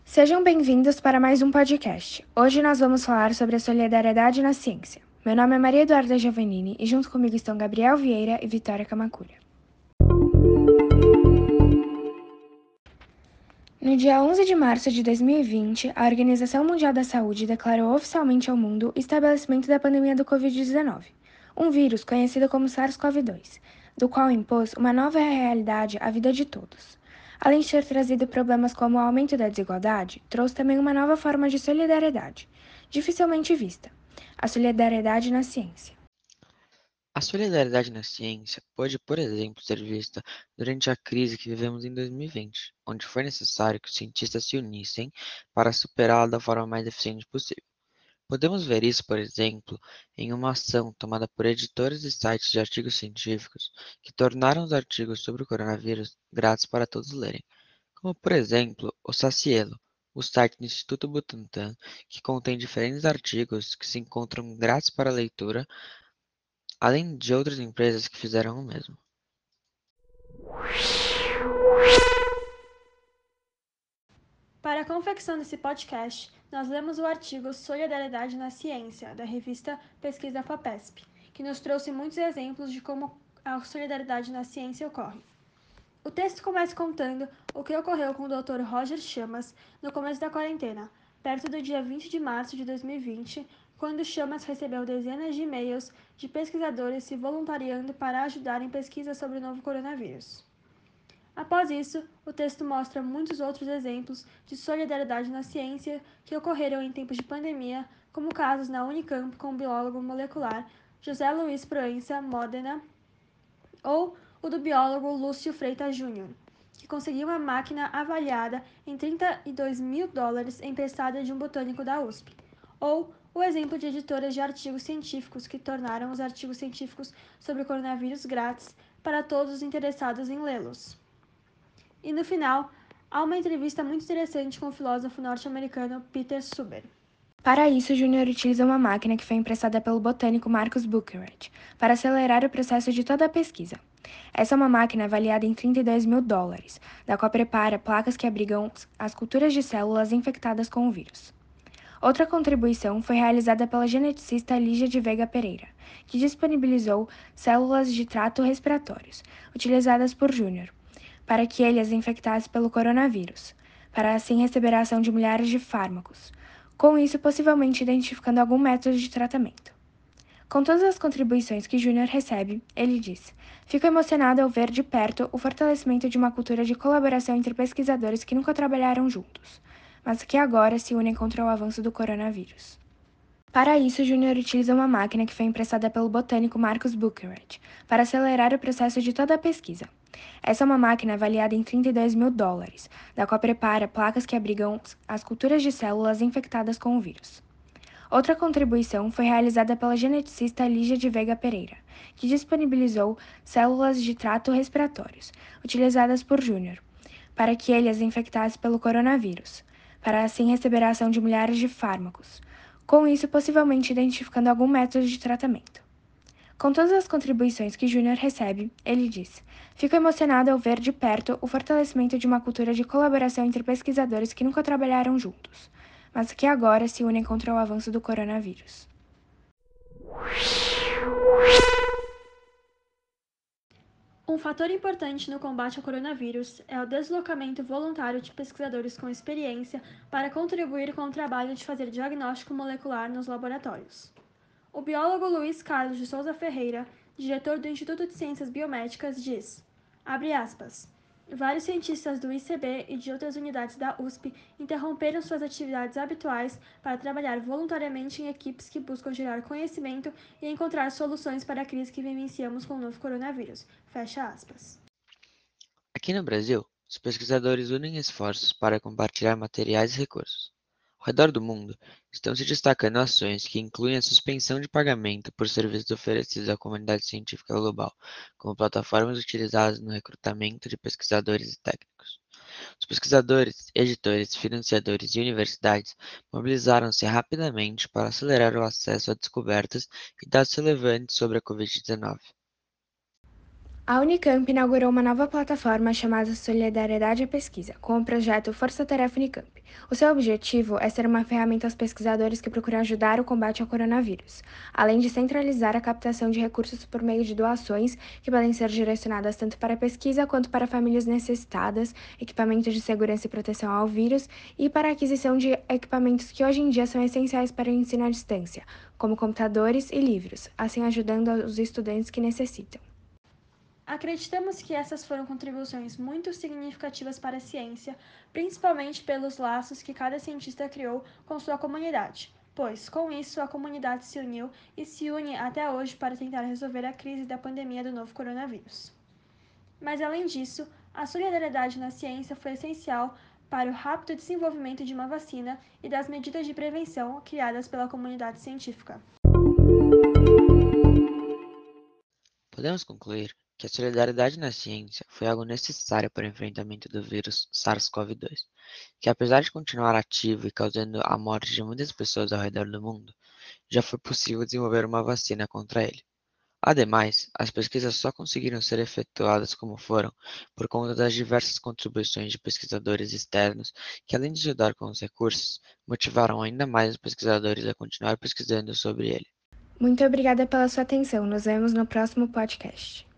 Sejam bem-vindos para mais um podcast. Hoje nós vamos falar sobre a solidariedade na ciência. Meu nome é Maria Eduarda Giovannini e junto comigo estão Gabriel Vieira e Vitória Camacura. No dia 11 de março de 2020, a Organização Mundial da Saúde declarou oficialmente ao mundo o estabelecimento da pandemia do Covid-19, um vírus conhecido como SARS-CoV-2, do qual impôs uma nova realidade à vida de todos. Além de ter trazido problemas como o aumento da desigualdade, trouxe também uma nova forma de solidariedade, dificilmente vista: a solidariedade na ciência. A solidariedade na ciência pode, por exemplo, ser vista durante a crise que vivemos em 2020, onde foi necessário que os cientistas se unissem para superá-la da forma mais eficiente possível. Podemos ver isso, por exemplo, em uma ação tomada por editores de sites de artigos científicos que tornaram os artigos sobre o coronavírus grátis para todos lerem, como, por exemplo, o Sacielo, o site do Instituto Butantan, que contém diferentes artigos que se encontram grátis para leitura, além de outras empresas que fizeram o mesmo. Para a confecção desse podcast, nós lemos o artigo Solidariedade na Ciência, da revista Pesquisa FAPESP, que nos trouxe muitos exemplos de como a solidariedade na ciência ocorre. O texto começa contando o que ocorreu com o Dr. Roger Chamas no começo da quarentena, perto do dia 20 de março de 2020, quando Chamas recebeu dezenas de e-mails de pesquisadores se voluntariando para ajudar em pesquisas sobre o novo coronavírus. Após isso, o texto mostra muitos outros exemplos de solidariedade na ciência que ocorreram em tempos de pandemia, como casos na Unicamp com o biólogo molecular José Luiz Proença Modena ou o do biólogo Lúcio Freitas Júnior, que conseguiu uma máquina avaliada em $32.000 emprestada de um botânico da USP, ou o exemplo de editoras de artigos científicos que tornaram os artigos científicos sobre o coronavírus grátis para todos os interessados em lê-los. E no final, há uma entrevista muito interessante com o filósofo norte-americano Peter Suber. Para isso, Júnior utiliza uma máquina que foi emprestada pelo botânico Marcus Buckered para acelerar o processo de toda a pesquisa. Essa é uma máquina avaliada em $32.000, da qual prepara placas que abrigam as culturas de células infectadas com o vírus. Outra contribuição foi realizada pela geneticista Lígia de Veiga Pereira, que disponibilizou células de trato respiratórios, utilizadas por Júnior, para que ele as infectasse pelo coronavírus, para assim receber a ação de milhares de fármacos, com isso possivelmente identificando algum método de tratamento. Com todas as contribuições que Júnior recebe, ele diz: "Fico emocionado ao ver de perto o fortalecimento de uma cultura de colaboração entre pesquisadores que nunca trabalharam juntos, mas que agora se unem contra o avanço do coronavírus." Para isso, Júnior utiliza uma máquina que foi emprestada pelo botânico Marcus Buckered para acelerar o processo de toda a pesquisa. Essa é uma máquina avaliada em $32.000, da qual prepara placas que abrigam as culturas de células infectadas com o vírus. Outra contribuição foi realizada pela geneticista Lígia de Veiga Pereira, que disponibilizou células de trato respiratórios, utilizadas por Júnior, para que ele as infectasse pelo coronavírus, para assim receber a ação de milhares de fármacos, com isso possivelmente identificando algum método de tratamento. Com todas as contribuições que Júnior recebe, ele diz: "Fico emocionado ao ver de perto o fortalecimento de uma cultura de colaboração entre pesquisadores que nunca trabalharam juntos, mas que agora se unem contra o avanço do coronavírus." Um fator importante no combate ao coronavírus é o deslocamento voluntário de pesquisadores com experiência para contribuir com o trabalho de fazer diagnóstico molecular nos laboratórios. O biólogo Luiz Carlos de Souza Ferreira, diretor do Instituto de Ciências Biomédicas, diz, abre aspas, vários cientistas do ICB e de outras unidades da USP interromperam suas atividades habituais para trabalhar voluntariamente em equipes que buscam gerar conhecimento e encontrar soluções para a crise que vivenciamos com o novo coronavírus. Fecha aspas. Aqui no Brasil, os pesquisadores unem esforços para compartilhar materiais e recursos. Ao redor do mundo, estão se destacando ações que incluem a suspensão de pagamento por serviços oferecidos à comunidade científica global, como plataformas utilizadas no recrutamento de pesquisadores e técnicos. Os pesquisadores, editores, financiadores e universidades mobilizaram-se rapidamente para acelerar o acesso a descobertas e dados relevantes sobre a Covid-19. A Unicamp inaugurou uma nova plataforma chamada Solidariedade à Pesquisa, com o projeto Força Tarefa Unicamp. O seu objetivo é ser uma ferramenta aos pesquisadores que procuram ajudar o combate ao coronavírus, além de centralizar a captação de recursos por meio de doações que podem ser direcionadas tanto para a pesquisa quanto para famílias necessitadas, equipamentos de segurança e proteção ao vírus e para a aquisição de equipamentos que hoje em dia são essenciais para o ensino à distância, como computadores e livros, assim ajudando os estudantes que necessitam. Acreditamos que essas foram contribuições muito significativas para a ciência, principalmente pelos laços que cada cientista criou com sua comunidade, pois, com isso, a comunidade se uniu e se une até hoje para tentar resolver a crise da pandemia do novo coronavírus. Mas, além disso, a solidariedade na ciência foi essencial para o rápido desenvolvimento de uma vacina e das medidas de prevenção criadas pela comunidade científica. Podemos concluir que a solidariedade na ciência foi algo necessário para o enfrentamento do vírus SARS-CoV-2, que apesar de continuar ativo e causando a morte de muitas pessoas ao redor do mundo, já foi possível desenvolver uma vacina contra ele. Ademais, as pesquisas só conseguiram ser efetuadas como foram por conta das diversas contribuições de pesquisadores externos que, além de ajudar com os recursos, motivaram ainda mais os pesquisadores a continuar pesquisando sobre ele. Muito obrigada pela sua atenção. Nos vemos no próximo podcast.